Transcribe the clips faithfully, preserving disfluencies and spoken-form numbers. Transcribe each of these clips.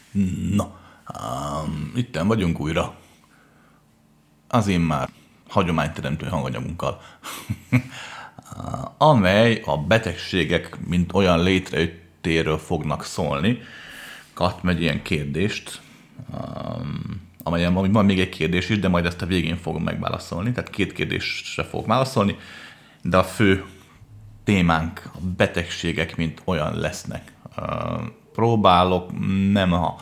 Na, um, itten vagyunk újra. Az én már hagyományteremtő hanganyagunkkal, amely a betegségek, mint olyan létrejöttéről fognak szólni. Kat megy ilyen kérdést, um, amelyen van még egy kérdés is, de majd ezt a végén fogom megválaszolni. Tehát két kérdésre fogok válaszolni, de a fő témánk a betegségek, mint olyan lesznek. Uh, próbálok nem a,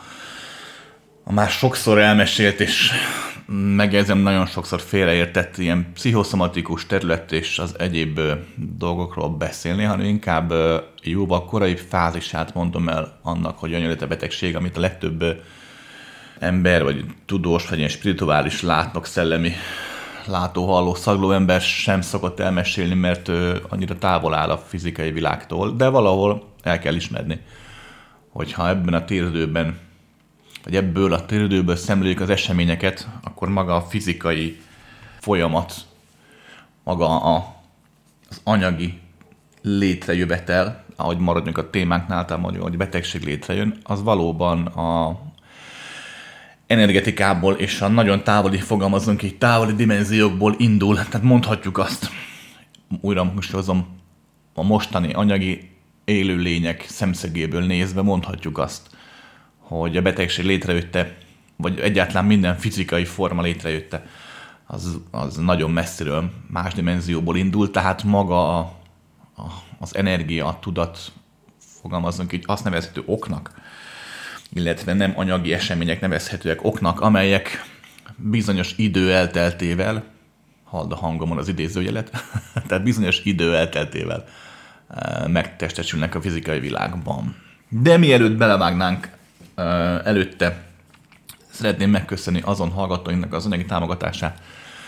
a már sokszor elmesélt és megjegyzem nagyon sokszor félreértett ilyen pszichoszomatikus terület és az egyéb dolgokról beszélni, hanem inkább jóval korai fázisát mondom el annak, hogy olyan a betegség, amit a legtöbb ember, vagy tudós, vagy ilyen spirituális látnok, szellemi látó-halló, szagló ember sem szokott elmesélni, mert annyira távol áll a fizikai világtól, de valahol el kell ismerni, hogyha ebben a téridőben, vagy ebből a téridőből szemléljük az eseményeket, akkor maga a fizikai folyamat, maga a, az anyagi létrejövetel, ahogy maradjunk a témánknál, tehát hogy betegség létrejön, az valóban a energetikából és a nagyon távoli, fogalmazunk így, távoli dimenziókból indul. Tehát mondhatjuk azt, újra most hozom, a mostani anyagi élőlények szemszögéből nézve mondhatjuk azt, hogy a betegség létrejötte, vagy egyáltalán minden fizikai forma létrejötte, az, az nagyon messziről, más dimenzióból indul, tehát maga a, a, az energia, a tudat, fogalmazunk így, azt nevezhető oknak, illetve nem anyagi események nevezhetőek oknak, amelyek bizonyos idő elteltével, halld a hangomon az idézőjelet, tehát bizonyos idő elteltével megtestesülnek a fizikai világban. De mielőtt belevágnánk előtte, szeretném megköszönni azon hallgatóinknak az anyagi támogatását,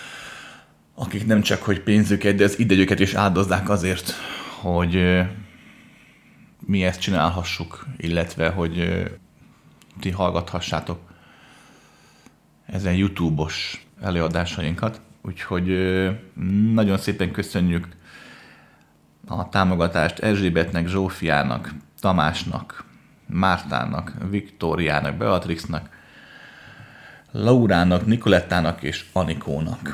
akik nem csak hogy pénzüket, de az idejüket is áldozzák azért, hogy mi ezt csinálhassuk, illetve hogy ti hallgathassátok ezen YouTube-os előadásainkat. Úgyhogy nagyon szépen köszönjük a támogatást Erzsébetnek, Zsófiának, Tamásnak, Mártának, Viktóriának, Beatrixnak, Laurának, Nikolettának és Anikónak.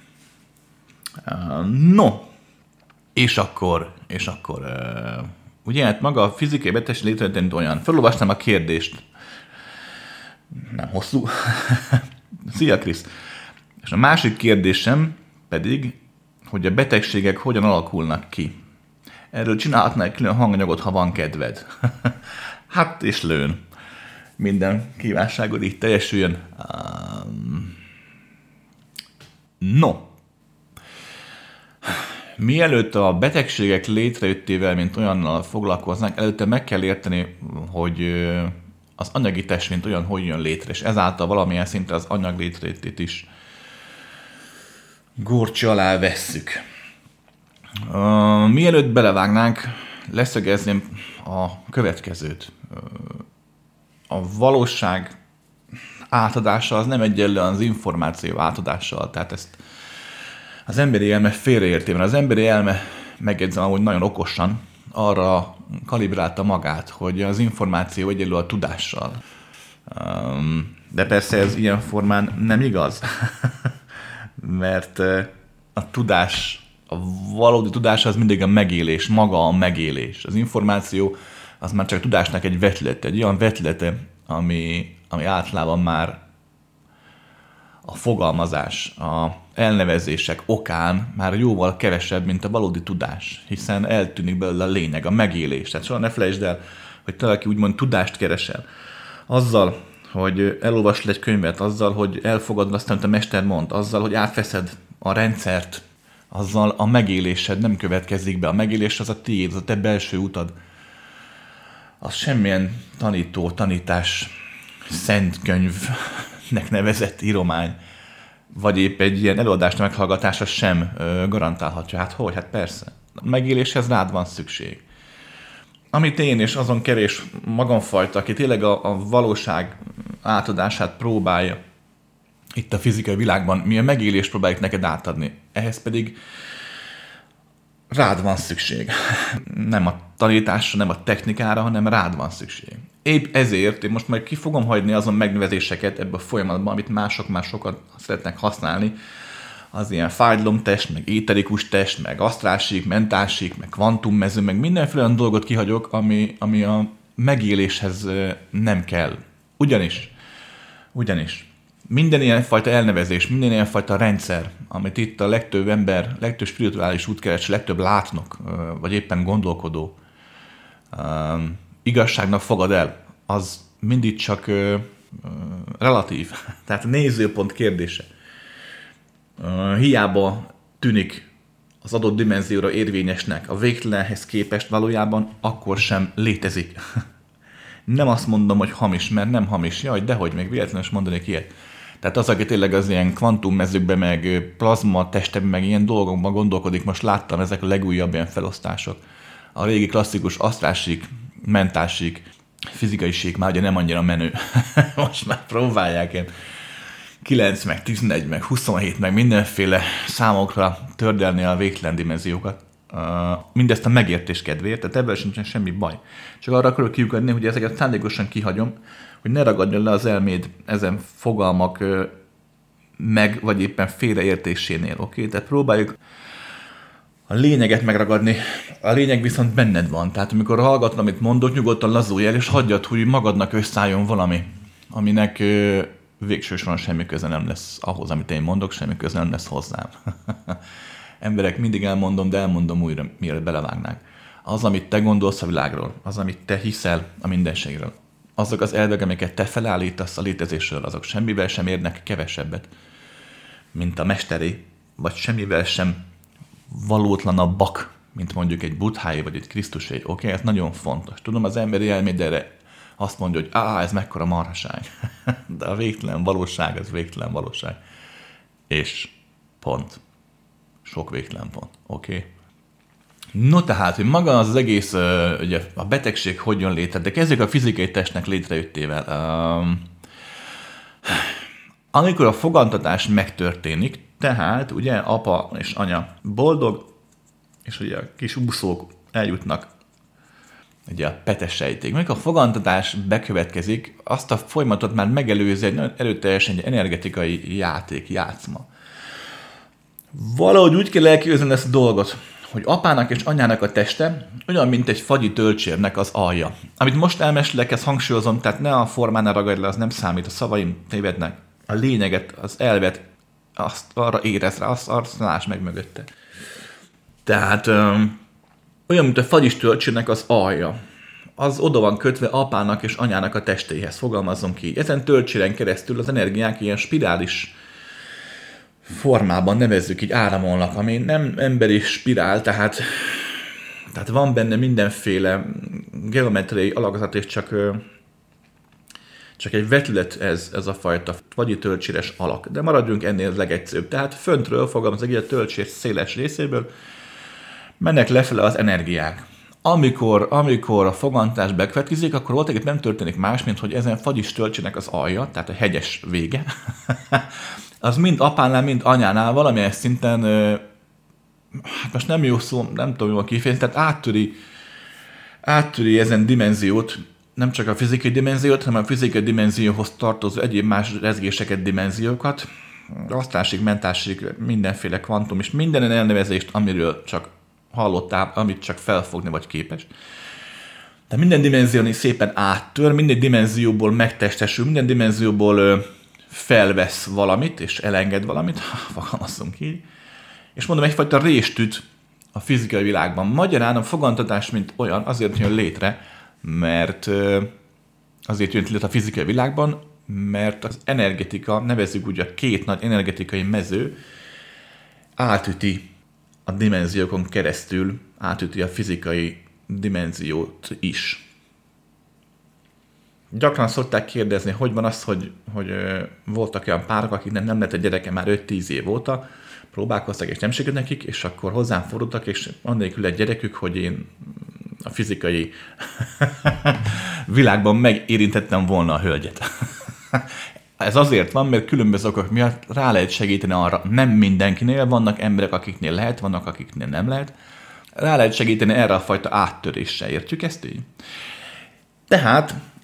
No, és akkor, és akkor, ugye hát maga a fizikai betegség létrejött olyan. Felolvastam a kérdést, nem hosszú. Szia, Krisz! És a másik kérdésem pedig, hogy a betegségek hogyan alakulnak ki. Erről csinálhatnál egy külön hanganyagot, ha van kedved. Hát és lőn. Minden kívánságod így teljesüljön. Um, no. Mielőtt a betegségek létrejöttével, mint olyannal foglalkoznak, előtte meg kell érteni, hogy az anyagi test, mint olyan, hogy jön létre, és ezáltal valamilyen szinten az anyag létrejöttét is górcső alá vesszük. Uh, mielőtt belevágnánk, leszögezném a következőt. Uh, a valóság átadása az nem egyenlő az információ átadással, tehát ezt az emberi elme félreérti, mert az emberi elme, megjegyzem, ahogy nagyon okosan, arra kalibrálta magát, hogy az információ egyenlő a tudással. Um, de persze ez ilyen formán nem igaz, mert a tudás, a valódi tudás az mindig a megélés, maga a megélés. Az információ az már csak tudásnak egy vetülete, egy olyan vetülete, ami, ami általában már a fogalmazás, a elnevezések okán már jóval kevesebb, mint a valódi tudás, hiszen eltűnik belőle a lényeg, a megélés. Tehát soha ne felejtsd el, hogy te, aki úgymond tudást keresel, azzal, hogy elolvasd egy könyvet, azzal, hogy elfogadod azt, amit a mester mond, azzal, hogy átveszed a rendszert, azzal a megélésed nem következik be. A megélés az a tiéd, az a te belső utad. Az semmilyen tanító, tanítás, szent könyvnek nevezett íromány, vagy épp egy ilyen előadás meghallgatása sem ö, garantálhatja. Hát hogy? Hát persze. A megéléshez rád van szükség. Amit én és azon kevés magamfajta, aki tényleg a, a valóság átadását próbálja itt a fizikai világban, mi a megélést próbáljuk neked átadni. Ehhez pedig rád van szükség. Nem a tanításra, nem a technikára, hanem rád van szükség. épp ezért én most majd ki fogom hagyni azon megnevezéseket ebbe a folyamatban, amit mások már sokat szeretnek használni, az ilyen fájdalomtest, meg éterikus test, meg asztrálsík, mentálsík, meg kvantummező, meg mindenféle olyan dolgot kihagyok, ami, ami a megéléshez nem kell. Ugyanis, ugyanis minden ilyen fajta elnevezés, minden ilyen fajta rendszer, amit itt a legtöbb ember, legtöbb spirituális útkeres, legtöbb látnok, vagy éppen gondolkodó um, igazságnak fogad el, az mindig csak uh, uh, relatív. Tehát a nézőpont kérdése. Uh, hiába tűnik az adott dimenzióra érvényesnek, a végtelenhez képest valójában akkor sem létezik. Nem azt mondom, hogy hamis, mert nem hamis. Jaj, dehogy még véletlenül is mondanék ilyet. Tehát az, aki tényleg az ilyen kvantummezőkben, meg plazma testekben, meg ilyen dolgokban gondolkodik, most láttam ezek a legújabb ilyen felosztások. A régi klasszikus asztrálsík, mentálsík, fizikai sík már ugye nem annyira menő. Most már próbálják ilyen kilenc, meg tizenegy, meg huszonhét, meg mindenféle számokra tördelni a végtelen dimenziókat. Uh, mindezt a megértés kedvéért, tehát ebben sincsen semmi baj. Csak arra akarok kiukadni, hogy ezeket szándékosan kihagyom, hogy ne ragadjon le az elméd ezen fogalmak uh, meg, vagy éppen félreértésénél, oké? Okay? Tehát próbáljuk a lényeget megragadni, a lényeg viszont benned van. Tehát amikor hallgatod, amit mondok, nyugodtan lazulj el, és hagyjad, hogy magadnak összeálljon valami, aminek uh, végső soron semmi köze nem lesz ahhoz, amit én mondok, semmi köze nem lesz hozzám. Emberek, mindig elmondom, de elmondom újra, mielőtt belevágnák. Az, amit te gondolsz a világról, az, amit te hiszel a mindenségről, azok az elvek, amiket te felállítasz a létezésről, azok semmivel sem érnek kevesebbet, mint a mesteré, vagy semmivel sem valótlanabbak, mint mondjuk egy Buddhái, vagy egy Krisztusé. Oké, okay? Ez nagyon fontos. Tudom, az emberi elméd erre azt mondja, hogy á, ez mekkora marhaság. De a végtelen valóság, az végtelen valóság. És pont. Sok végtelen pont. Oké? Okay? No tehát, hogy maga az, az egész, uh, ugye a betegség hogy jön létre, de kezdjük a fizikai testnek létrejöttével. Uh, amikor a fogantatás megtörténik, tehát ugye apa és anya boldog, és ugye a kis úszók eljutnak ugye a petes sejték. Amikor a fogantatás bekövetkezik, azt a folyamatot már megelőzi egy nagyon erőteljesen egy energetikai játék, játszma. Valahogy úgy kell elképzelni ezt a dolgot, hogy apának és anyának a teste olyan, mint egy fagyi töltsérnek az alja. Amit most elmesélek, ezt hangsúlyozom, tehát ne a formánál ragadj le, az nem számít, a szavaim tévednek. A lényeget, az elvet, azt arra érez rá, azt, azt láss meg mögötte. Tehát öm, olyan, mint a fagyis töltsérnek az alja. Az oda van kötve apának és anyának a testéhez, fogalmazzon ki. Ezen töltséren keresztül az energiák ilyen spirális formában nevezzük, így áramolnak, ami nem emberi spirál, tehát, tehát van benne mindenféle geometriai alakzat, és csak, csak egy vetület ez, ez a fajta fagyi töltséres alak. De maradjunk ennél legegyszerűbb. Tehát föntről fogalmazok, így a töltsér széles részéből mennek lefele az energiák. Amikor, amikor a fogantatás bekövetkezik, akkor voltaképp nem történik más, mint hogy ezen fagyis töltsének az alja, tehát a hegyes vége, az mind apánál, mind anyánál valamilyen szinten, hát most nem jó szó, nem tudom jól kifejezni, tehát áttöri, áttöri ezen dimenziót, nem csak a fizikai dimenziót, hanem a fizikai dimenzióhoz tartozó egyéb más rezgéseket, dimenziókat, asztrálsík, mentálsík, mindenféle kvantum, és minden elnevezést, amiről csak hallottál, amit csak felfogni vagy képes. De minden dimenzión szépen áttör, minden dimenzióból megtestesül, minden dimenzióból felvesz valamit, és elenged valamit, fogalmazzunk így, és mondom, egyfajta rést üt a fizikai világban. Magyarán a fogantatás, mint olyan, azért jön létre, mert azért jön létre a fizikai világban, mert az energetika, nevezzük úgy a két nagy energetikai mező, átüti a dimenziókon keresztül, átüti a fizikai dimenziót is. Gyakran szokták kérdezni, hogy van az, hogy, hogy voltak olyan párok, akiknek nem lett egy gyereke már öt-tíz év óta, próbálkoztak és nem sikerült nekik, és akkor hozzám fordultak, és annélkül egy gyerekük, hogy én a fizikai világban megérintettem volna a hölgyet. Ez azért van, mert különböző okok miatt rá lehet segíteni arra. Nem mindenkinél, vannak emberek, akiknél lehet, vannak, akiknél nem lehet. Rá lehet segíteni erre a fajta áttöréssel, értjük ezt így? Tehát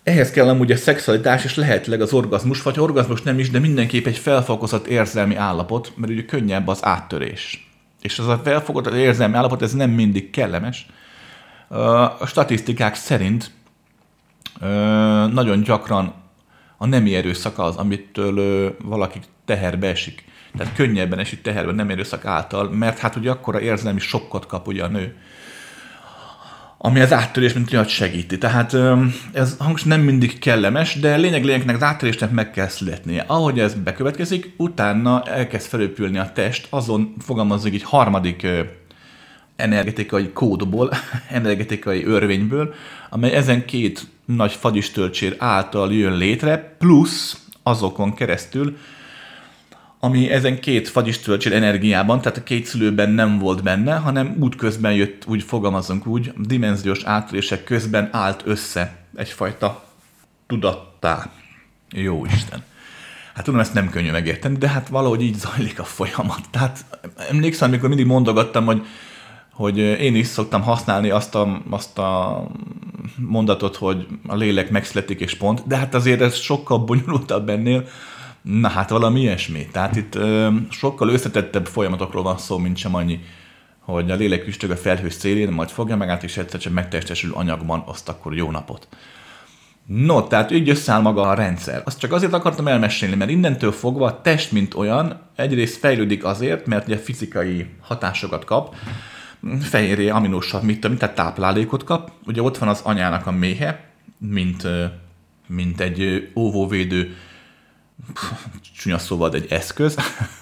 Ehhez kell amúgy a szexualitás, és lehetőleg az orgazmus, vagy orgazmus nem is, de mindenképp egy felfokozott érzelmi állapot, mert ugye könnyebb az áttörés. És az a felfokozott érzelmi állapot, ez nem mindig kellemes. A statisztikák szerint nagyon gyakran a nemi erőszak az, amitől valaki teherbe esik. Tehát könnyebben esik teherbe nem erőszak által, mert hát ugye akkora érzelmi sokkot kap ugye a nő, ami az áttörés, mint olyan segíti. Tehát ez hangos nem mindig kellemes, de lényeg lényegnek az áttörésnek meg kell születnie. Ahogy ez bekövetkezik, utána elkezd felépülni a test, azon fogalmazzuk egy harmadik energetikai kódból, energetikai örvényből, amely ezen két nagy fagyistölcsér által jön létre, plusz azokon keresztül, ami ezen két fagyistölcsér energiában, tehát a két szülőben nem volt benne, hanem útközben jött, úgy fogalmazunk úgy, dimenziós áttörések közben állt össze egyfajta tudattá. Jó Isten. Hát tudom, ezt nem könnyű megérteni, de hát valahogy így zajlik a folyamat. Tehát emlékszem, amikor mindig mondogattam, hogy, hogy én is szoktam használni azt a, azt a mondatot, hogy a lélek megszületik és pont, de hát azért ez sokkal bonyolultabb ennél. Na hát valami ilyesmi. Tehát itt ö, sokkal összetettebb folyamatokról van szó, mint sem annyi, hogy a lélek üstög a felhő szélén, majd fogja meg át, és egyszer csak megtestesül anyagban, azt akkor jó napot. No, tehát így összeáll maga a rendszer. Azt csak azért akartam elmesélni, mert innentől fogva a test, mint olyan, egyrészt fejlődik azért, mert ugye fizikai hatásokat kap, fehérje, aminósav, mit tudom, tehát táplálékot kap. Ugye ott van az anyának a méhe, mint, mint egy óvóvédő, csúnya szóval egy eszköz.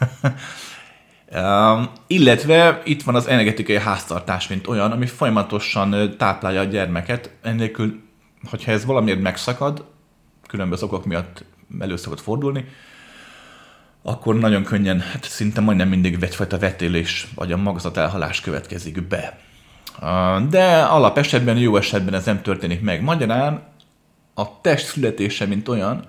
um, illetve itt van az energetikai háztartás, mint olyan, ami folyamatosan táplálja a gyermeket. Ennélkül, hogyha ez valamiért megszakad, különböző okok miatt elő szokott fordulni, akkor nagyon könnyen, hát szinte majdnem mindig egyfajta vetélés, vagy a magzat elhalás következik be. Uh, de alap esetben, jó esetben ez nem történik meg. Magyarán a test születése, mint olyan,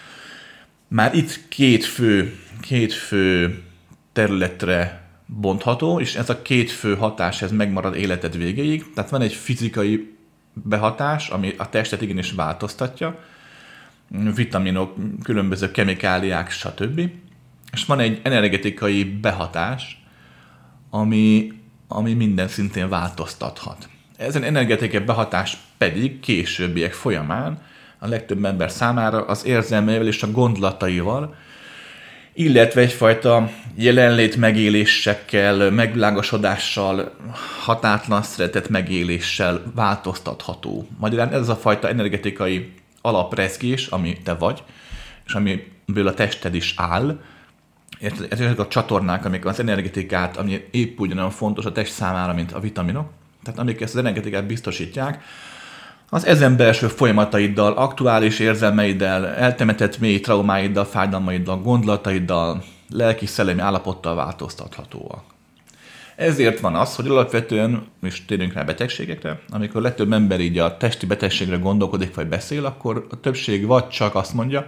már itt két fő, két fő területre bontható, és ez a két fő hatás, ez megmarad életed végéig. Tehát van egy fizikai behatás, ami a testet igenis változtatja, vitaminok, különböző kemikáliák, stb. És van egy energetikai behatás, ami, ami minden szintén változtathat. Ezen energetikai behatás pedig későbbiek folyamán a legtöbb ember számára az érzelmeivel és a gondolataival, illetve egyfajta jelenlét megélésekkel, megvilágosodással, határtlan szeretet megéléssel változtatható. Magyarán ez a fajta energetikai alaprezgés, ami te vagy, és amiből a tested is áll, ezek a csatornák, amik az energetikát, ami épp ugyanolyan fontos a test számára, mint a vitaminok, tehát amik ezt az energetikát biztosítják, az ezen belső folyamataiddal, aktuális érzelmeiddel, eltemetett mély traumáiddal, fájdalmaiddal, gondolataiddal, lelki-szellemi állapottal változtathatóak. Ezért van az, hogy alapvetően, és térjünk rá betegségekre, amikor legtöbb ember így a testi betegségre gondolkodik vagy beszél, akkor a többség vagy csak azt mondja,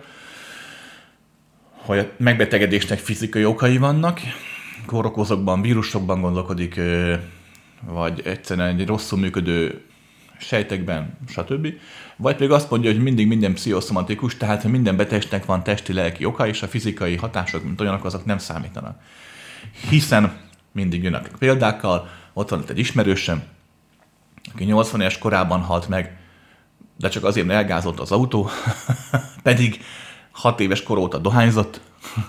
hogy a megbetegedésnek fizikai okai vannak, kórokozókban, vírusokban gondolkodik, vagy egyszerűen egy rosszul működő sejtekben, stb. Vagy pedig azt mondja, hogy mindig minden pszichoszomatikus, tehát ha minden betegségnek van testi-lelki oka, és a fizikai hatások, mint olyanok, azok nem számítanak. Hiszen mindig jönnek példákkal, ott van egy ismerősöm, aki nyolcvan éves korában halt meg, de csak azért, mert elgázolt az autó, pedig hat éves kor óta dohányzott,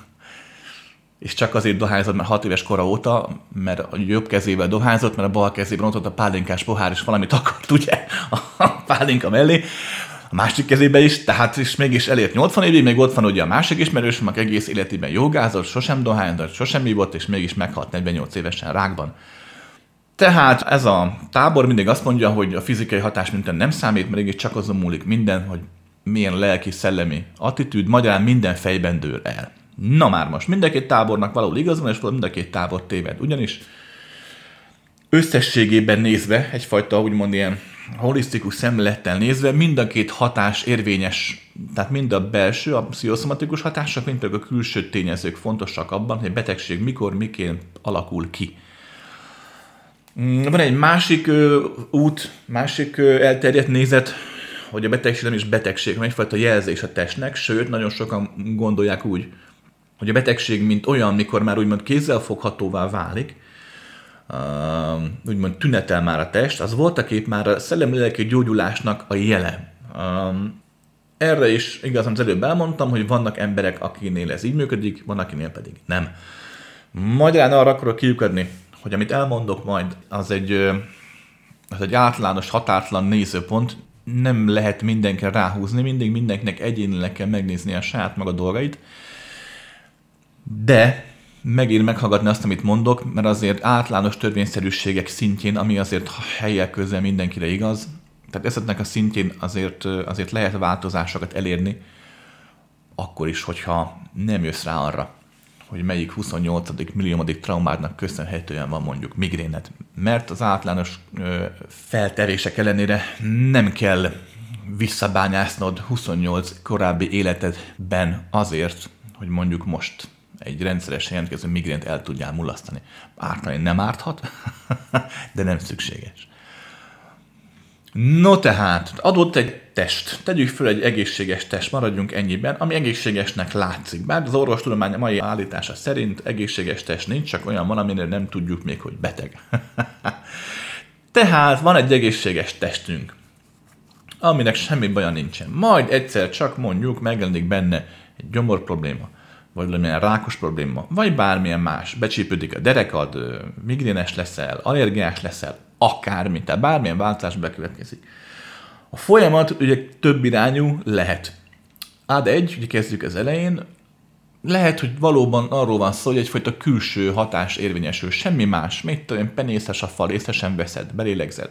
és csak azért dohányzott, mert hat éves kora óta, mert a jobb kezével dohányzott, mert a bal kezében ott volt a pálinkás pohár, és valamit akart, ugye, a pálinka mellé, a másik kezében is, tehát is mégis elért nyolcvan évig, még ott van ugye a másik ismerősöm, aki egész életében jogázott, sosem dohányzott, sosem ívott, és mégis meghalt negyvennyolc évesen rákban. Tehát ez a tábor mindig azt mondja, hogy a fizikai hatás minden nem számít, mert csak azon múlik minden, hogy milyen lelki-szellemi attitűd, magyarán minden fejben dől el. Na már most, mind a két tábornak valahol igaz van, és mind a két tábor téved. Ugyanis összességében nézve, egyfajta úgymond ilyen holisztikus szemlélettel nézve, mind a két hatás érvényes, tehát mind a belső, a pszichoszomatikus hatások, mind pedig a külső tényezők fontosak abban, hogy a betegség mikor, miként alakul ki. Van egy másik ö, út, másik ö, elterjedt nézet, hogy a betegség nem is betegség, hanem egyfajta jelzés a testnek, sőt, nagyon sokan gondolják úgy, hogy a betegség mint olyan, mikor már úgymond kézzelfoghatóvá válik, uh, úgymond tünetel már a test, az voltaképp már a szellemi-lelki gyógyulásnak a jele. Um, erre is igazán az előbb elmondtam, hogy vannak emberek, akinél ez így működik, van akinél pedig nem. Magyarán arra akarok kiukadni, hogy amit elmondok majd, az egy, az egy általános, határtlan nézőpont, nem lehet mindenkire ráhúzni, mindig mindenkinek egyénileg kell megnézni a saját maga dolgait, de megér meghallgatni azt, amit mondok, mert azért általános törvényszerűségek szintjén, ami azért helyek közel mindenkire igaz, tehát ezeknek a szintjén azért, azért lehet változásokat elérni, akkor is, hogyha nem jössz rá arra, hogy melyik huszonnyolcadik milliómodik traumádnak köszönhetően van mondjuk migréned. Mert az általános ö, feltevések ellenére nem kell visszabányásznod huszonnyolc korábbi életedben azért, hogy mondjuk most egy rendszeresen jelentkező migrént el tudjál mulasztani. Ártani nem árthat, de nem szükséges. No tehát, adott egy test. Tegyük föl egy egészséges test, maradjunk ennyiben, ami egészségesnek látszik. Bár az orvostudomány mai állítása szerint egészséges test nincs, csak olyan van, amire nem tudjuk még, hogy beteg. Tehát van egy egészséges testünk, aminek semmi baja nincsen. Majd egyszer csak mondjuk megjelenik benne egy gyomor probléma, vagy valamilyen rákos probléma, vagy bármilyen más. Becsípődik a derekad, migrénes leszel, allergiás leszel, akármi, tehát bármilyen változás bekövetkezik. A folyamat ugye több irányú lehet. Ád egy, ugye kezdjük az elején, lehet, hogy valóban arról van szó, hogy egyfajta külső hatás érvényesül, semmi más. Mit tudom, penészes a fal, észre sem veszed, belélegzed.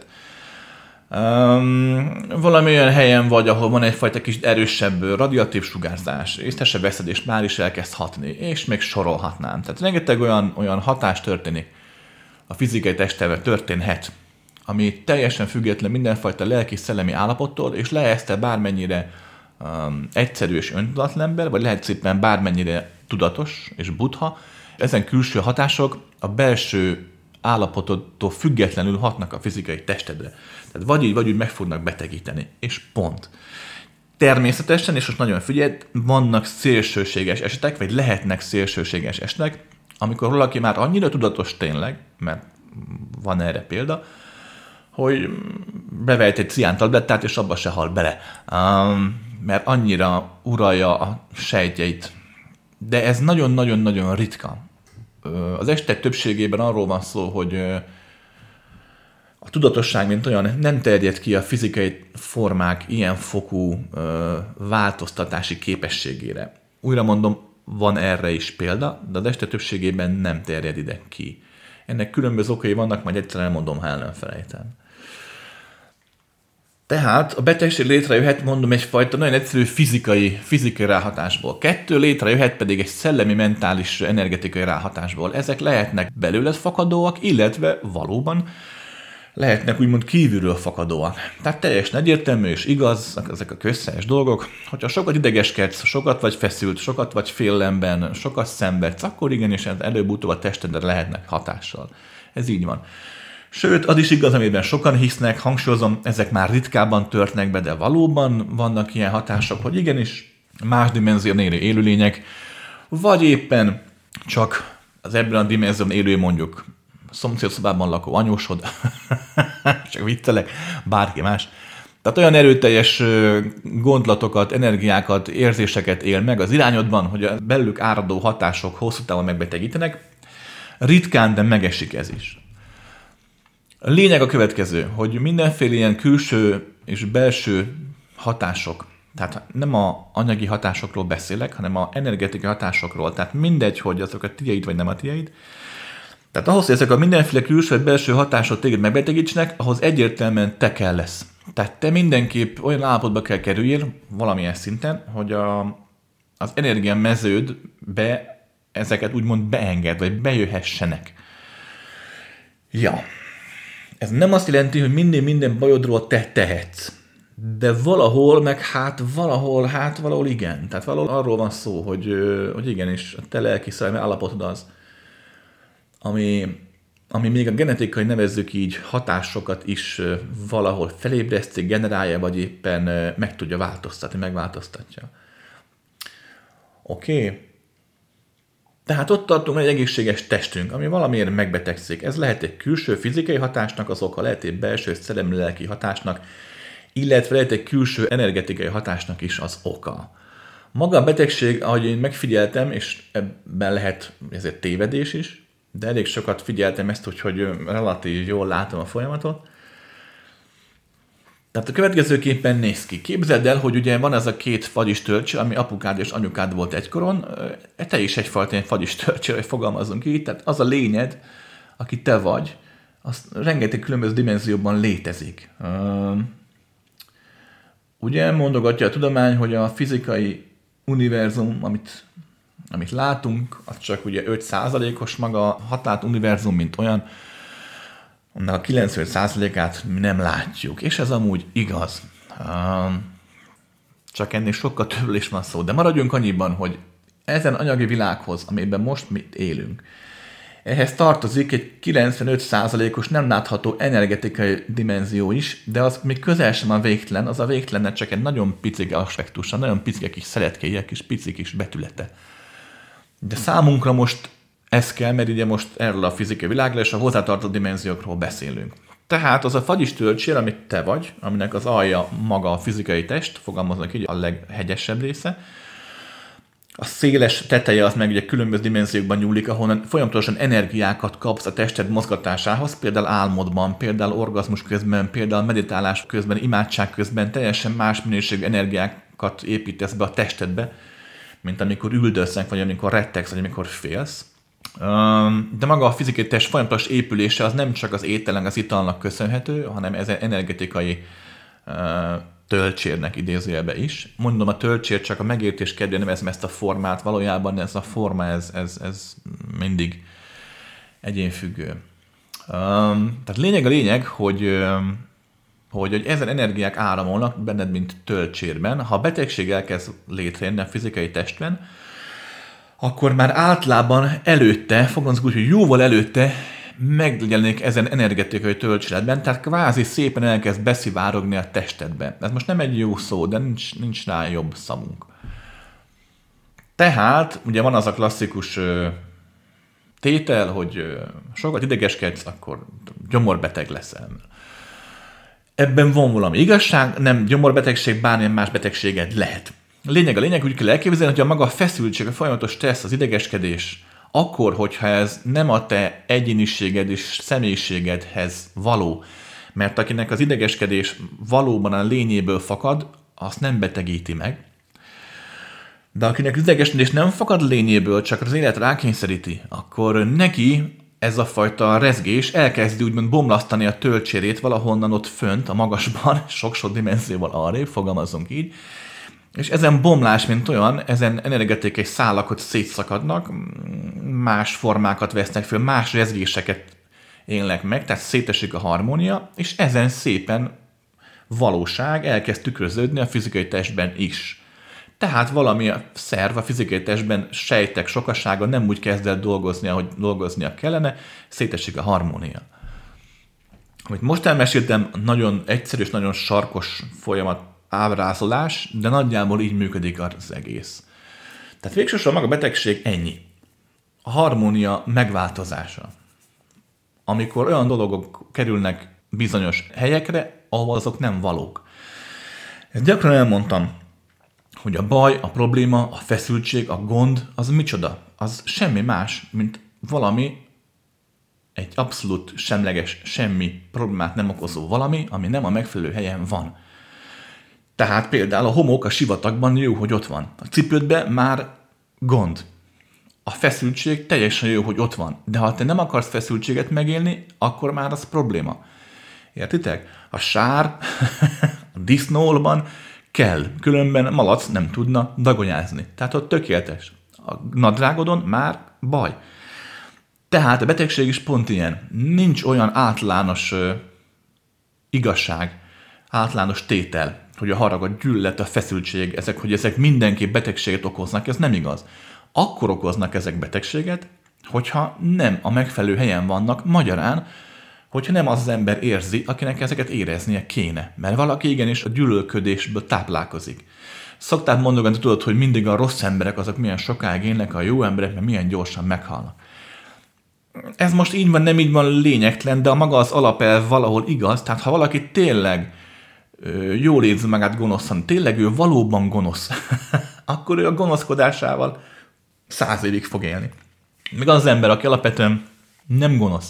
Um, valami olyan helyen vagy, ahol van egyfajta kis erősebb radioaktív sugárzás, észre se veszed, és már is elkezd hatni, és még sorolhatnám. Tehát rengeteg olyan, olyan hatás történik, a fizikai testtel történhet, ami teljesen független mindenfajta lelki-szellemi állapottól, és lehet-e bármennyire um, egyszerű és öntudatlan ember, vagy lehet szépen bármennyire tudatos és buddha, ezen külső hatások a belső állapotodtól függetlenül hatnak a fizikai testedre. Tehát vagy így, vagy úgy meg fognak betegíteni, és pont. Természetesen, és most nagyon figyelj, vannak szélsőséges esetek, vagy lehetnek szélsőséges esetek, amikor valaki már annyira tudatos tényleg, mert van erre példa, hogy bevejt egy ciántablettát, és abba se hal bele. Um, mert annyira uralja a sejtjeit. De ez nagyon-nagyon-nagyon ritka. Az esetek többségében arról van szó, hogy a tudatosság, mint olyan, nem terjed ki a fizikai formák ilyen fokú változtatási képességére. Újra mondom, van erre is példa, de az esetek többségében nem terjed ide ki. Ennek különböző okai vannak, majd egyszer elmondom, ha el nem felejtem. Tehát a betegség létrejöhet, mondom, egyfajta nagyon egyszerű fizikai, fizikai ráhatásból. Kettő létrejöhet pedig egy szellemi, mentális, energetikai ráhatásból. Ezek lehetnek belőled fakadóak, illetve valóban lehetnek úgymond kívülről fakadóak. Tehát teljesen egyértelmű és igaz, ezek a közszeres dolgok. Hogyha sokat idegeskedsz, sokat vagy feszült, sokat vagy félelemben, sokat szenvedsz, akkor igenis előbb-utóbb a testedre lehetnek hatással. Ez így van. Sőt, az is igaz, amiben sokan hisznek, hangsúlyozom, ezek már ritkábban törnek be, de valóban vannak ilyen hatások, hogy igenis más dimenzión élő élőlények, vagy éppen csak az ebben a dimenzión élő mondjuk szomszédszobában lakó anyósod, csak viccelek, bárki más. Tehát olyan erőteljes gondlatokat, energiákat, érzéseket él meg az irányodban, hogy a belőlük áradó hatások hosszú távon megbetegítenek. Ritkán, de megesik ez is. A lényeg a következő, hogy mindenféle ilyen külső és belső hatások, tehát nem a anyagi hatásokról beszélek, hanem a energetikai hatásokról, tehát mindegy, hogy azok a tiéd vagy nem a tiéd. Tehát ahhoz, hogy ezek a mindenféle külső vagy belső hatások téged megbetegítsenek, ahhoz egyértelműen te kell lesz. Tehát te mindenképp olyan állapotba kell kerüljél valamilyen szinten, hogy a, az energiameződbe ezeket úgymond beenged, vagy bejöhessenek. Ja. Ez nem azt jelenti, hogy minden minden bajodról te tehetsz. De valahol, meg hát valahol, hát valahol igen. Tehát valahol arról van szó, hogy, hogy igenis a te lelki szellemi állapotod az, ami ami még a genetikai, nevezzük így, hatásokat is valahol felébreszti, generálja, vagy éppen meg tudja változtatni, megváltoztatja. Oké? Okay. Tehát ott tartunk egy egészséges testünk, ami valamiért megbetegszik. Ez lehet egy külső fizikai hatásnak az oka, lehet egy belső szellemi-lelki hatásnak, illetve lehet egy külső energetikai hatásnak is az oka. Maga a betegség, ahogy én megfigyeltem, és ebben lehet ezért tévedés is, de elég sokat figyeltem ezt, úgyhogy relatív jól látom a folyamatot. Tehát a következőképpen néz ki. Képzeld el, hogy ugye van ez a két fagyis töltső, ami apukád és anyukád volt egykoron, te is egyfajta ilyen fagyis töltső, hogy fogalmazunk így, tehát az a lényed, aki te vagy, az rengeteg különböző dimenzióban létezik. Ugye mondogatja a tudomány, hogy a fizikai univerzum, amit, amit látunk, az csak ugye öt százalékos maga, a hatát univerzum, mint olyan, annak a kilencvenöt százalékát mi nem látjuk, és ez amúgy igaz. Csak ennél sokkal többről is van szó, de maradjunk annyiban, hogy ezen anyagi világhoz, amiben most mi élünk, ehhez tartozik egy kilencvenöt százalékos nem látható energetikai dimenzió is, de az még közel sem a végtelen, az a végtelennek csak egy nagyon picike aspektusa, nagyon picike kis szeretkéje, kis pici kis betülete. De számunkra most ez kell, mert ugye most erről a fizikai világról és a hozzátartó dimenziókról beszélünk. Tehát az a fagyis töltsér, amit te vagy, aminek az alja maga a fizikai test, fogalmaznak így, a leghegyesebb része, a széles teteje az meg ugye különböző dimenziókban nyúlik, ahonnan folyamatosan energiákat kapsz a tested mozgatásához, például álmodban, például orgazmus közben, például meditálás közben, imádság közben, teljesen más minőségű energiákat építesz be a testedbe, mint amikor üldöznek, vagy amikor rettegsz, vagy amikor félsz. De maga a fizikai test folyamatos épülése az nem csak az ételnek, az italnak köszönhető, hanem ez energetikai töltsérnek idézőjelbe is. Mondom, a töltsér csak a megértés kedvéért nevezem ezt a formát, valójában ez a forma, ez, ez, ez mindig egyénfüggő. Um, tehát lényeg a lényeg, hogy, hogy, hogy ezen energiák áramolnak benned, mint töltsérben. Ha a betegség elkezd létrejönni a fizikai testben, akkor már általában előtte, fogalmazunk úgy, hogy jóval előtte megjelenik ezen energetikai töltséretben, tehát kvázi szépen elkezd beszivárogni a testedbe. Ez most nem egy jó szó, de nincs, nincs rá jobb szavunk. Tehát, ugye van az a klasszikus ö, tétel, hogy ö, sokat idegeskedsz, akkor gyomorbeteg leszel. Ebben van valami igazság, nem gyomorbetegség, bármilyen más betegséged lehet. Lényeg a lényeg, úgy kell elképzelni, hogy a maga a feszültség, a folyamatos stressz, az idegeskedés, akkor, hogyha ez nem a te egyéniséged és személyiségedhez való, mert akinek az idegeskedés valóban a lényéből fakad, azt nem betegíti meg. De akinek az idegeskedés nem fakad lényéből, csak az élet rákényszeríti, akkor neki ez a fajta rezgés elkezdi úgymond bomlasztani a töltsérét valahonnan ott fönt, a magasban, sok-sok dimenzióval arrébb, fogalmazzunk így, és ezen bomlás, mint olyan, ezen energetikai szálak ott szétszakadnak, más formákat vesznek föl, más rezgéseket élnek meg, tehát szétesik a harmónia, és ezen szépen valóság elkezd tükröződni a fizikai testben is. Tehát valami a szerv a fizikai testben, sejtek sokasága nem úgy kezd el dolgozni, ahogy dolgoznia kellene, szétesik a harmónia. Amit most elmeséltem, nagyon egyszerű és nagyon sarkos folyamat, ábrázolás, de nagyjából így működik az egész. Tehát végsősorban maga a betegség ennyi. A harmónia megváltozása. Amikor olyan dolgok kerülnek bizonyos helyekre, ahol azok nem valók. Ezt gyakran elmondtam, hogy a baj, a probléma, a feszültség, a gond, az micsoda? Az semmi más, mint valami, egy abszolút semleges, semmi problémát nem okozó valami, ami nem a megfelelő helyen van. Tehát például a homok a sivatagban jó, hogy ott van. A cipődben már gond. A feszültség teljesen jó, hogy ott van. De ha te nem akarsz feszültséget megélni, akkor már az probléma. Értitek? A sár a disznóolban kell. Különben malac nem tudna dagonyázni. Tehát ott tökéletes. A nadrágodon már baj. Tehát a betegség is pont ilyen. Nincs olyan általános uh, igazság, általános tétel, hogy a harag, a gyűlölet, a feszültség, ezek, hogy ezek mindenképp betegséget okoznak, ez nem igaz. Akkor okoznak ezek betegséget, hogyha nem a megfelelő helyen vannak, magyarán, hogyha nem az az ember érzi, akinek ezeket éreznie kéne. Mert valaki igenis a gyűlölködésből táplálkozik. Szokták mondogatni, tudod, hogy mindig a rossz emberek azok milyen sokáig élnek, a jó emberek mert milyen gyorsan meghalnak. Ez most így van, nem így van lényegtelen, de a maga az alapelv valahol igaz. Tehát ha valaki tényleg ö, jól érzi magát gonoszan, tényleg ő valóban gonosz, akkor ő a gonoszkodásával száz évig fog élni. Még az az ember, aki alapvetően nem gonosz,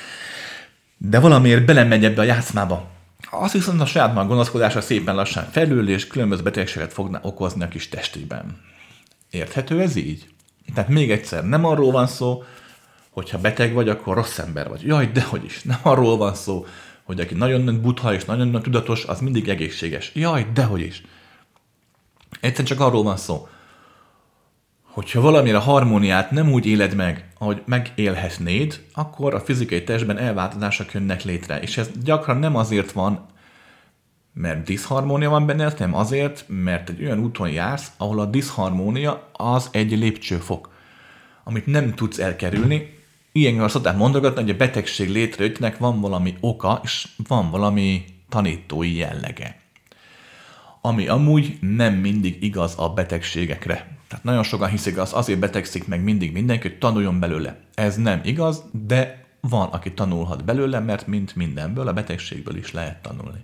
de valamiért belemegy ebbe a játszmába. Az viszont a saját maga gonoszkodása szépen lassan felül, és különböző betegséget fogna okozni a kis testében. Érthető ez így? Tehát még egyszer, nem arról van szó, hogyha beteg vagy, akkor rossz ember vagy. Jaj, dehogy is. Nem arról van szó, hogy aki nagyon butha és nagyon tudatos, az mindig egészséges. Jaj, dehogy is. Egyszerűen csak arról van szó, hogyha valamire a harmóniát nem úgy éled meg, ahogy megélhetnéd, akkor a fizikai testben elváltozások jönnek létre. És ez gyakran nem azért van, mert diszharmónia van benned, hanem azért, mert egy olyan úton jársz, ahol a diszharmónia az egy lépcsőfok, amit nem tudsz elkerülni. Ilyenkor szokták mondogatni, hogy a betegség létrejöttnek van valami oka, és van valami tanítói jellege. Ami amúgy nem mindig igaz a betegségekre. Tehát nagyon sokan hiszik, az azért betegszik meg mindig mindenki, hogy tanuljon belőle. Ez nem igaz, de van, aki tanulhat belőle, mert mint mindenből, a betegségből is lehet tanulni.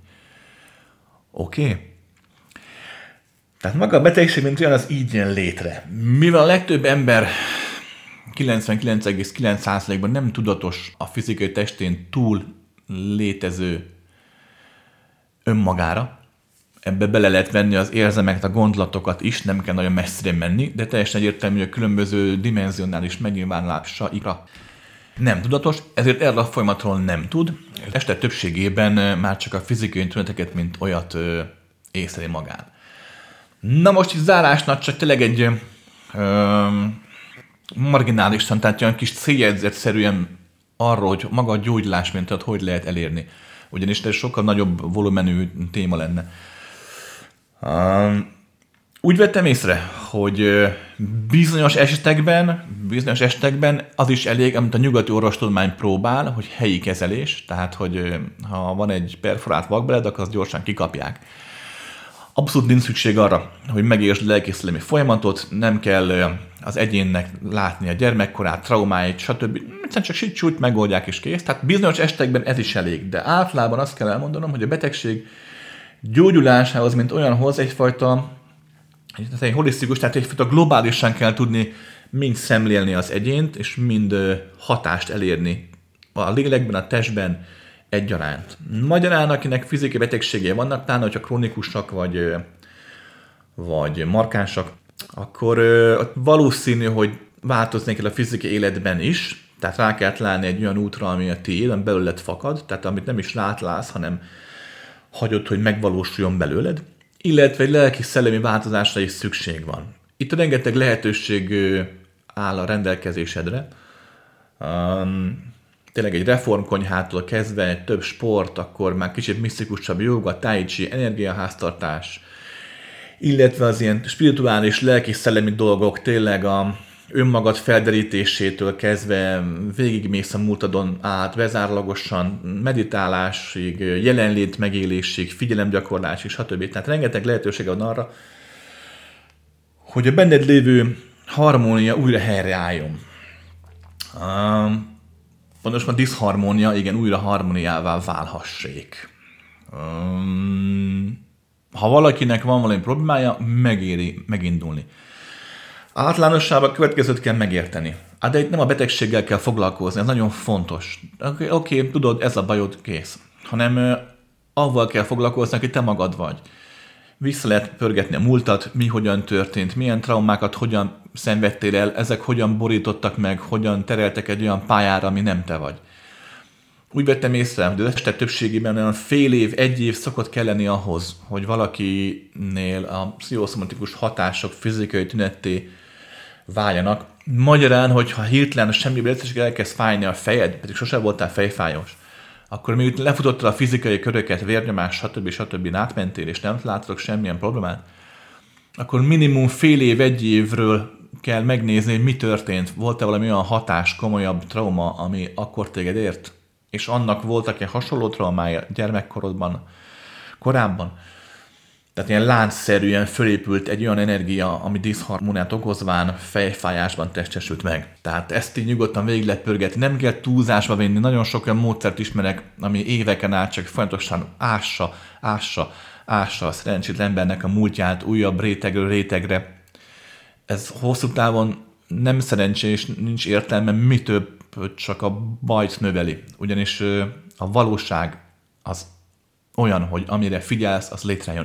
Oké? Okay? Tehát maga a betegség, mint olyan, az így jön létre. Mivel a legtöbb ember kilencvenkilenc egész kilenc százalékban nem tudatos a fizikai testén túl létező önmagára, ebbe bele lehet venni az érzelmeket, a gondolatokat is, nem kell nagyon messzire menni, de teljesen egyértelmű, hogy a különböző dimenzionális megnyilvánulásaira nem tudatos, ezért erre a folyamatról nem tud. Az este többségében már csak a fizikai tüneteket, mint olyat észreli magán. Na most itt zárásnak csak tényleg egy ö, marginálisan, tehát olyan kis céljegyzetszerűen arról, hogy maga a gyógyulás, mint tehát hogy lehet elérni. Ugyanis ez sokkal nagyobb volumenű téma lenne. Um, úgy vettem észre, hogy bizonyos esetekben, bizonyos esetekben az is elég, amit a nyugati orvostudomány próbál, hogy helyi kezelés, tehát hogy ha van egy perforált vakbeled, akkor azt gyorsan kikapják. Abszolút nincs szükség arra, hogy megértsd a lelkészlelmi folyamatot, nem kell az egyénnek látni a gyermekkorát, traumáit, stb. Egyszerűen csak sit-sút megoldják és kész. Tehát bizonyos esetekben ez is elég, de általában azt kell elmondanom, hogy a betegség gyógyulásához, mint olyanhoz egyfajta egy holisztikus, tehát egyfajta globálisan kell tudni mind szemlélni az egyént, és mind hatást elérni a lélekben, a testben egyaránt. Magyarán, akinek fizikai betegségei vannak, pláne, hogyha krónikusak vagy, vagy markánsak, akkor valószínű, hogy változni kell a fizikai életben is, tehát rá kell találni egy olyan útra, ami a tiéd, ami belőled fakad, tehát amit nem is látlátsz, hanem hagyod, hogy megvalósuljon belőled, illetve egy lelki-szellemi változásra is szükség van. Itt rengeteg lehetőség áll a rendelkezésedre. Um, tényleg egy reformkonyhától kezdve, több sport, akkor már kicsit misztikusabb jóga, tai chi, energiaháztartás, illetve az ilyen spirituális, lelki-szellemi dolgok, tényleg a önmagad felderítésétől kezdve végigmész a múltadon át, bezárólagosan meditálásig, jelenlét megélésig, figyelemgyakorlásig, stb. Tehát rengeteg lehetőség van arra, hogy a benned lévő harmónia újra helyreálljon. Um, Pontosan a diszharmónia, igen, újra harmóniává válhassék. Um, ha valakinek van valami problémája, megéri megindulni. Általánosságban a következőt kell megérteni. De itt nem a betegséggel kell foglalkozni, ez nagyon fontos. Oké, okay, okay, tudod, ez a bajod, kész. Hanem uh, avval kell foglalkozni, aki te magad vagy. Vissza lehet pörgetni a múltat, mi hogyan történt, milyen traumákat hogyan szenvedtél el, ezek hogyan borítottak meg, hogyan tereltek egy olyan pályára, ami nem te vagy. Úgy vettem észre, hogy az este többségében olyan fél év, egy év szokott kelleni ahhoz, hogy valakinél a pszichoszomatikus hatások fizikai tünetté váljanak. Magyarán, hogyha hirtelen semmiből egyszerűen elkezd fájni a fejed, pedig sose voltál fejfájós, akkor miután lefutottál a fizikai köröket, vérnyomás, stb. stb. Átmentél, és nem láttok semmilyen problémát, akkor minimum fél év, egy évről kell megnézni, hogy mi történt. Volt-e valami olyan hatás, komolyabb trauma, ami akkor téged ért? És annak voltak-e hasonló traumája gyermekkorodban, korábban? Tehát ilyen láncszerűen fölépült egy olyan energia, ami diszharmóniát okozván fejfájásban testesült meg. Tehát ezt így nyugodtan végig lehet pörgetni. Nem kell túlzásba vinni. Nagyon sok olyan módszert ismerek, ami éveken át csak folyamatosan ássa, ássa, ássa a szerencsétlen embernek a múltját újabb rétegről rétegre. Ez hosszú távon nem szerencsés, nincs értelme, mi több, csak a bajt növeli. Ugyanis a valóság az olyan, hogy amire figyelsz, az létrejön.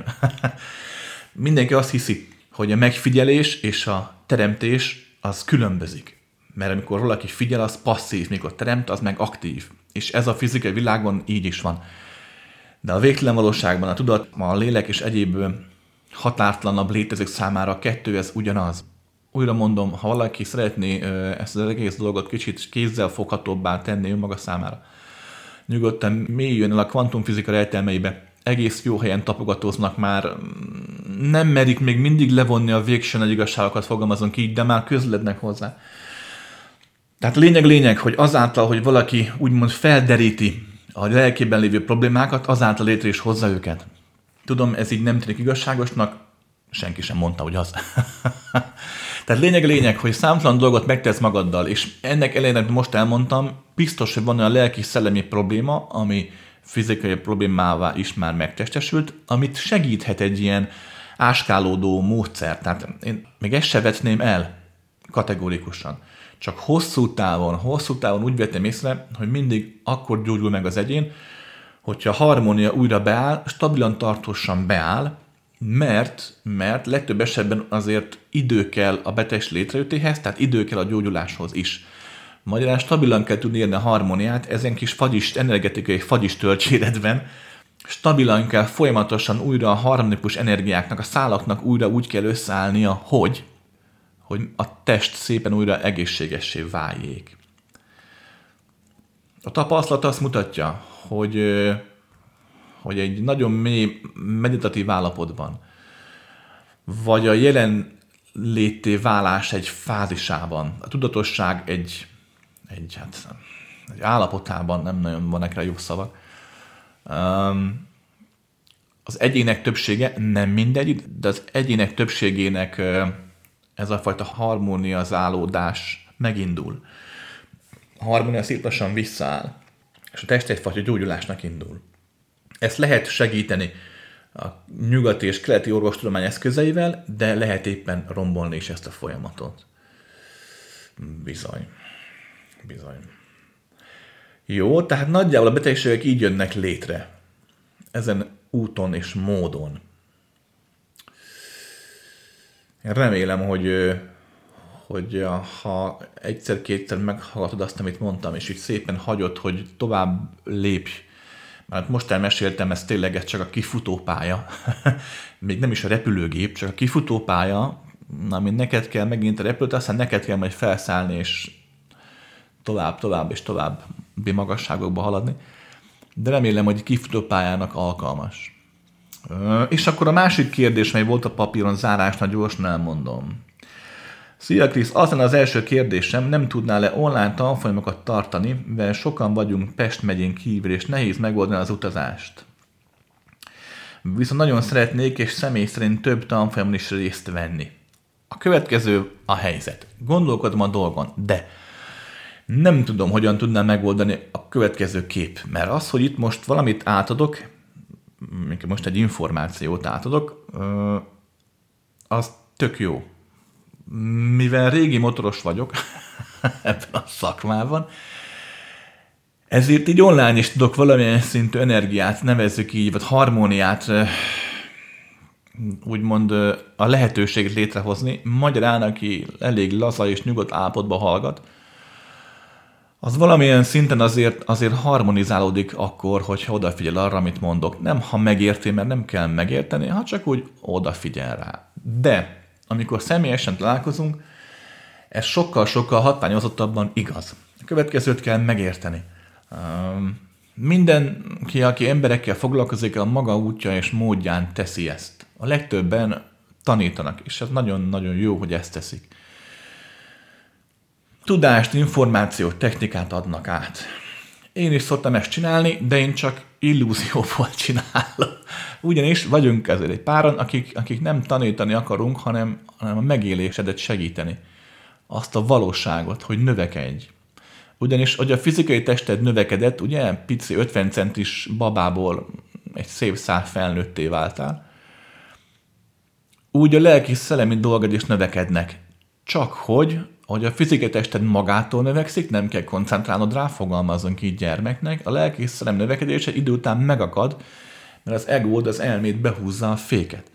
Mindenki azt hiszi, hogy a megfigyelés és a teremtés az különbözik. Mert amikor valaki figyel, az passzív, mikor teremt, az meg aktív. És ez a fizikai világban így is van. De a végtelen valóságban a tudat, a lélek és egyéb határtlanabb létezők számára a kettő ez ugyanaz. Újra mondom, ha valaki szeretné ezt az egész dolgot kicsit kézzel foghatóbbá tenni önmaga számára, nyugodtan mélyüljön el a kvantumfizika rejtelmeibe. Egész jó helyen tapogatóznak már, nem merik még mindig levonni a végső nagy igazságokat, fogalmazunk így, de már közlednek hozzá. Tehát lényeg-lényeg, hogy azáltal, hogy valaki úgymond felderíti a lelkében lévő problémákat, azáltal létre is hozza őket. Tudom, ez így nem tűnik igazságosnak, senki sem mondta, hogy az. Tehát lényeg-lényeg, hogy számtalan dolgot megtesz magaddal, és ennek ellenére, amit most elmondtam, biztos, hogy van olyan lelki-szellemi probléma, ami fizikai problémává is már megtestesült, amit segíthet egy ilyen áskálódó módszer. Tehát én még ezt se vetném el kategórikusan. Csak hosszú távon, hosszú távon úgy vettem észre, hogy mindig akkor gyógyul meg az egyén, hogyha a harmónia újra beáll, stabilan, tartósan beáll, mert, mert legtöbb esetben azért idő kell a betegség létrejöttéhez, tehát idő kell a gyógyuláshoz is. Magyarán stabilan kell tudni érni a harmóniát, ezen kis fagyis, energetikai fagyis töltséredben, stabilan kell folyamatosan újra a harmonikus energiáknak, a szálaknak újra úgy kell összeállnia, hogy, hogy a test szépen újra egészségessé váljék. A tapasztalat azt mutatja, hogy, hogy egy nagyon mély meditatív állapotban, vagy a jelenlétté válás egy fázisában, a tudatosság egy, egy, hát, egy állapotában, nem nagyon van nekre jó szavak, az egyének többsége, nem mindegy, de az egyének többségének ez a fajta harmóniazálódás megindul. A harmónia szép lassan visszaáll, és a test egyfajta gyógyulásnak indul. Ezt lehet segíteni a nyugati és keleti orvostudomány eszközeivel, de lehet éppen rombolni is ezt a folyamatot. Bizony. Bizony. Jó, tehát nagyjából a betegségek így jönnek létre. Ezen úton és módon. Én remélem, hogy, hogy ha egyszer-kétszer meghallgatod azt, amit mondtam, és így szépen hagyod, hogy tovább lépj. Mert most elmeséltem, ez tényleg ez csak a kifutópálya. Még nem is a repülőgép, csak a kifutópálya, ami neked kell megint a repülőt, aztán neked kell majd felszállni, és tovább, tovább és tovább magasságokba haladni. De remélem, hogy kifutópályának alkalmas. És akkor a másik kérdés, mely volt a papíron zárásnál, gyorsan elmondom. Szia Krisz, az lenne az első kérdésem, nem tudnál-e online tanfolyamokat tartani, mivel sokan vagyunk Pest megyén kívül, és nehéz megoldani az utazást. Viszont nagyon szeretnék, és személy szerint több tanfolyamon is részt venni. A következő a helyzet. Gondolkodom a dolgon, de nem tudom, hogyan tudnám megoldani a következő kép. Mert az, hogy itt most valamit átadok, most egy információt átadok, az tök jó. Mivel régi motoros vagyok ebben a szakmában, ezért így online is tudok valamilyen szintű energiát, nevezzük így, vagy harmóniát, úgymond a lehetőséget létrehozni. Magyarán, aki elég laza és nyugodt állapotban hallgat, az valamilyen szinten azért, azért harmonizálódik akkor, hogyha odafigyel arra, amit mondok. Nem ha megérti, mert nem kell megérteni, ha csak úgy odafigyel rá. De amikor személyesen találkozunk, ez sokkal-sokkal hatványozottabban igaz. A következőt kell megérteni. Mindenki, aki emberekkel foglalkozik, a maga útja és módján teszi ezt. A legtöbben tanítanak, és ez nagyon-nagyon jó, hogy ezt teszik. tudást, információt, technikát adnak át. Én is szoktam ezt csinálni, de én csak illúzióból csinálom. Ugyanis vagyunk ezért egy páran, akik, akik nem tanítani akarunk, hanem, hanem a megélésedet segíteni. Azt a valóságot, hogy növekedj. Ugyanis, hogy a fizikai tested növekedett, ugye, pici ötven centis babából egy szép szár felnőtté váltál, úgy a lelki szellemi dolgod is növekednek. Csak hogy, hogy a fizikai tested magától növekszik, nem kell koncentrálnod rá, fogalmazzunk így gyermeknek, a lelki szellem növekedése idő után megakad, mert az egód, az elmét behúzza a féket.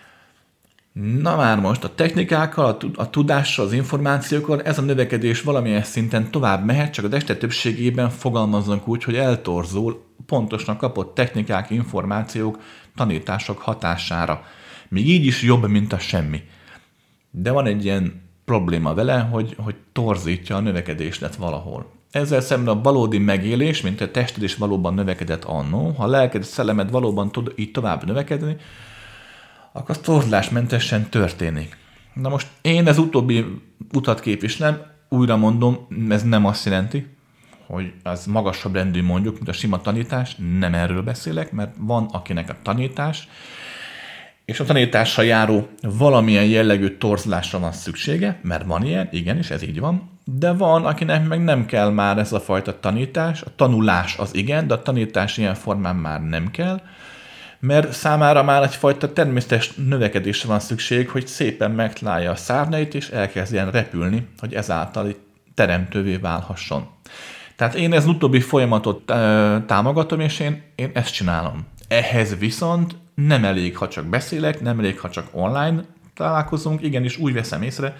Na már most a technikákkal, a tudással, az információkkal ez a növekedés valamilyen szinten tovább mehet, csak a tested többségében fogalmazzunk úgy, hogy eltorzul pontosan kapott technikák, információk, tanítások hatására. Még így is jobb, mint a semmi. De van egy ilyen probléma vele, hogy, hogy torzítja a növekedéset valahol. Ezzel szemben a valódi megélés, mint a tested is valóban növekedett annó, ha a lelked, szellemed valóban tud így tovább növekedni, akkor az torzulásmentesen történik. Na most én ez utóbbi utat képviselem, újra mondom, ez nem azt jelenti, hogy az magasabb rendű mondjuk, mint a sima tanítás, nem erről beszélek, mert van akinek a tanítás, és a tanítással járó valamilyen jellegű torzulásra van szüksége, mert van ilyen, igenis, ez így van, de van, akinek meg nem kell már ez a fajta tanítás, a tanulás az igen, de a tanítás ilyen formán már nem kell, mert számára már egyfajta természetes növekedésre van szükség, hogy szépen megtalálja a szárnyait, és elkezdjen repülni, hogy ezáltal teremtővé válhasson. Tehát én ez utóbbi folyamatot támogatom, és én, én ezt csinálom. Ehhez viszont nem elég, ha csak beszélek, nem elég, ha csak online találkozunk, igenis úgy veszem észre,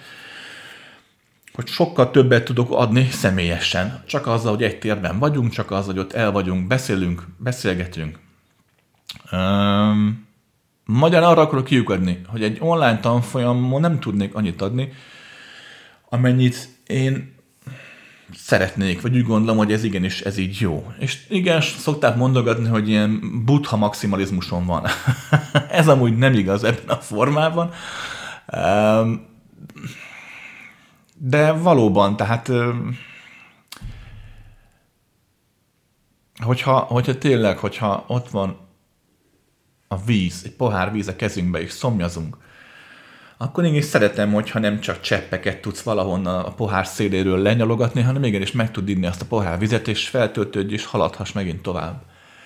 hogy sokkal többet tudok adni személyesen. Csak azzal, hogy egy térben vagyunk, csak azzal, hogy ott el vagyunk, beszélünk, beszélgetünk. Um, Magyarán arra akarok kiukadni, hogy egy online tanfolyamon nem tudnék annyit adni, amennyit én szeretnék, vagy úgy gondolom, hogy ez igenis, ez így jó. És igen, szokták mondogatni, hogy ilyen buddha maximalizmuson van. Ez amúgy nem igaz ebben a formában. Um, de valóban, tehát um, hogyha, hogyha tényleg, hogyha ott van a víz, egy pohár víz a kezünkbe, és szomjazunk, akkor én is szeretem, hogyha nem csak cseppeket tudsz valahonnan a pohár széléről lenyalogatni, hanem igenis meg tud inni azt a pohár vizet, és feltöltődj, és haladhass megint tovább.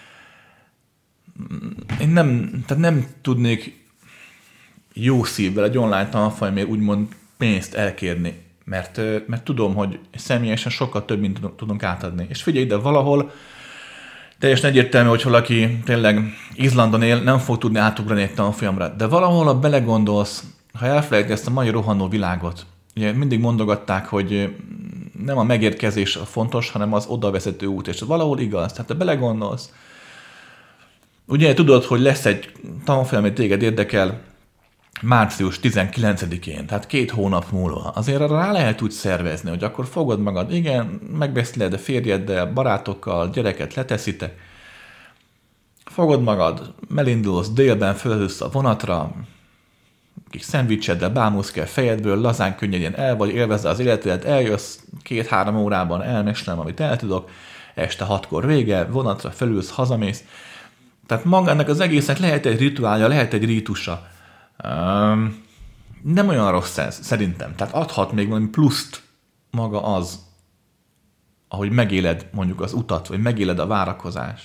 Én nem, tehát nem tudnék jó szívvel egy online tanfolyamért úgymond pénzt elkérni, mert, mert tudom, hogy személyesen sokkal több, mint tudunk átadni. És figyelj ide, valahol teljesen egyértelmű, hogy valaki tényleg Izlandon él, nem fog tudni átugrani egy tanfolyamra. De valahol, ha belegondolsz, ha elfelejted ezt a mai rohanó világot, ugye mindig mondogatták, hogy nem a megérkezés a fontos, hanem az odavezető út, és ez valahol igaz. Tehát ha belegondolsz, ugye tudod, hogy lesz egy tanfolyam, ami téged érdekel március tizenkilencedikén, tehát két hónap múlva. Azért rá lehet úgy szervezni, hogy akkor fogod magad, igen, megbeszéled a férjeddel, barátokkal, gyereket leteszitek, fogod magad, elindulsz délben, fölülsz a vonatra, kis szendvicseddel bámulsz ki a fejedből, lazán könnyedén el vagy, élvezd az életedet, eljössz két-három órában, elmesélem, amit el tudok, este hatkor vége, vonatra felülsz, hazamész. Tehát magának az egésznek lehet egy rituálja, lehet egy rítusa. Um, nem olyan rossz ez, szerintem. Tehát adhat még valami pluszt maga az, ahogy megéled mondjuk az utat, vagy megéled a várakozást.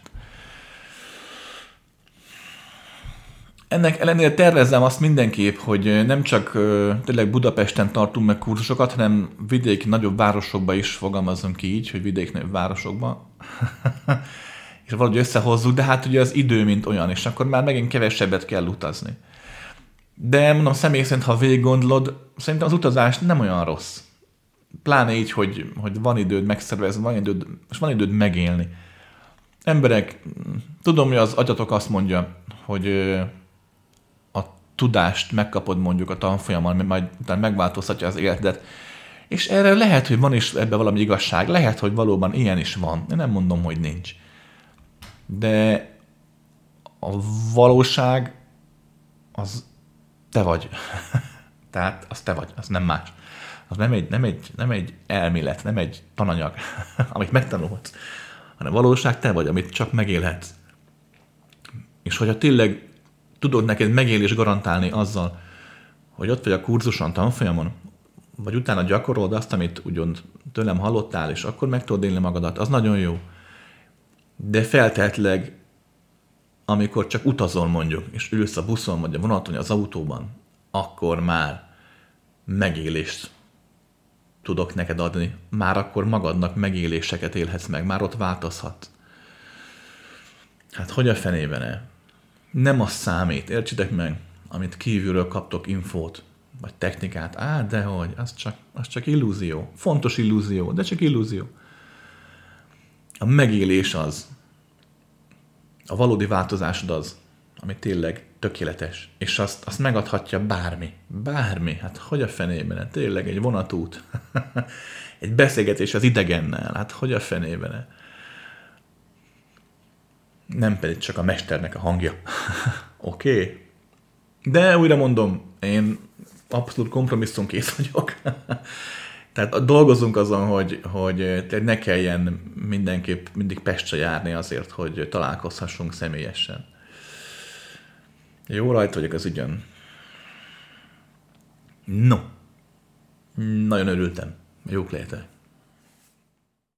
Ennek ellenére tervezzem azt mindenképp, hogy nem csak uh, tényleg Budapesten tartunk meg kurzusokat, hanem vidéki nagyobb városokba is fogalmazunk ki így, hogy vidéki nagyobb városokba. És valahogy összehozzuk, de hát ugye az idő mint olyan, és akkor már megint kevesebbet kell utazni. De mondom, személy szerint, ha végig gondolod, szerintem az utazás nem olyan rossz. Pláne így, hogy, hogy van időd megszervezni, van időd, és van időd megélni. Emberek, tudom, hogy az agyatok azt mondja, hogy a tudást megkapod mondjuk a tanfolyamon, majd utána megváltoztatja az életedet. És erre lehet, hogy van is ebben valami igazság, lehet, hogy valóban ilyen is van. Én nem mondom, hogy nincs. De a valóság az te vagy. Tehát az te vagy, az nem más. Az nem egy, nem egy, nem egy elmélet, nem egy tananyag, amit megtanulsz, hanem valóság te vagy, amit csak megélhetsz. És hogyha tényleg tudod neked megélés garantálni azzal, hogy ott vagy a kurzuson, tanfolyamon, vagy utána gyakorolod azt, amit ugyan tőlem hallottál, és akkor meg tudod élni magadat, az nagyon jó. De feltehetőleg, amikor csak utazol mondjuk, és ülsz a buszon, vagy a vonaton, vagy az autóban, akkor már megélést tudok neked adni. Már akkor magadnak megéléseket élhetsz meg, már ott változhat. Hát hogy a fenében-e? Nem az számít, értsétek meg, amit kívülről kaptok infót, vagy technikát. Á, dehogy, az csak, az csak illúzió. Fontos illúzió, de csak illúzió. A megélés az, a valódi változásod az, ami tényleg tökéletes, és azt, azt megadhatja bármi. Bármi. Hát hogy a fenében? Tényleg egy vonatút. Egy beszélgetés az idegennel. Hát hogy a fenében? Nem pedig csak a mesternek a hangja. Oké? Okay? De újra mondom, én abszolút kompromisszumkész vagyok. Tehát dolgozunk azon, hogy, hogy ne kelljen mindenképp mindig Pestre járni azért, hogy találkozhassunk személyesen. Jó rajta vagyok az ügyön. No. Nagyon örültem. Jók lehetek.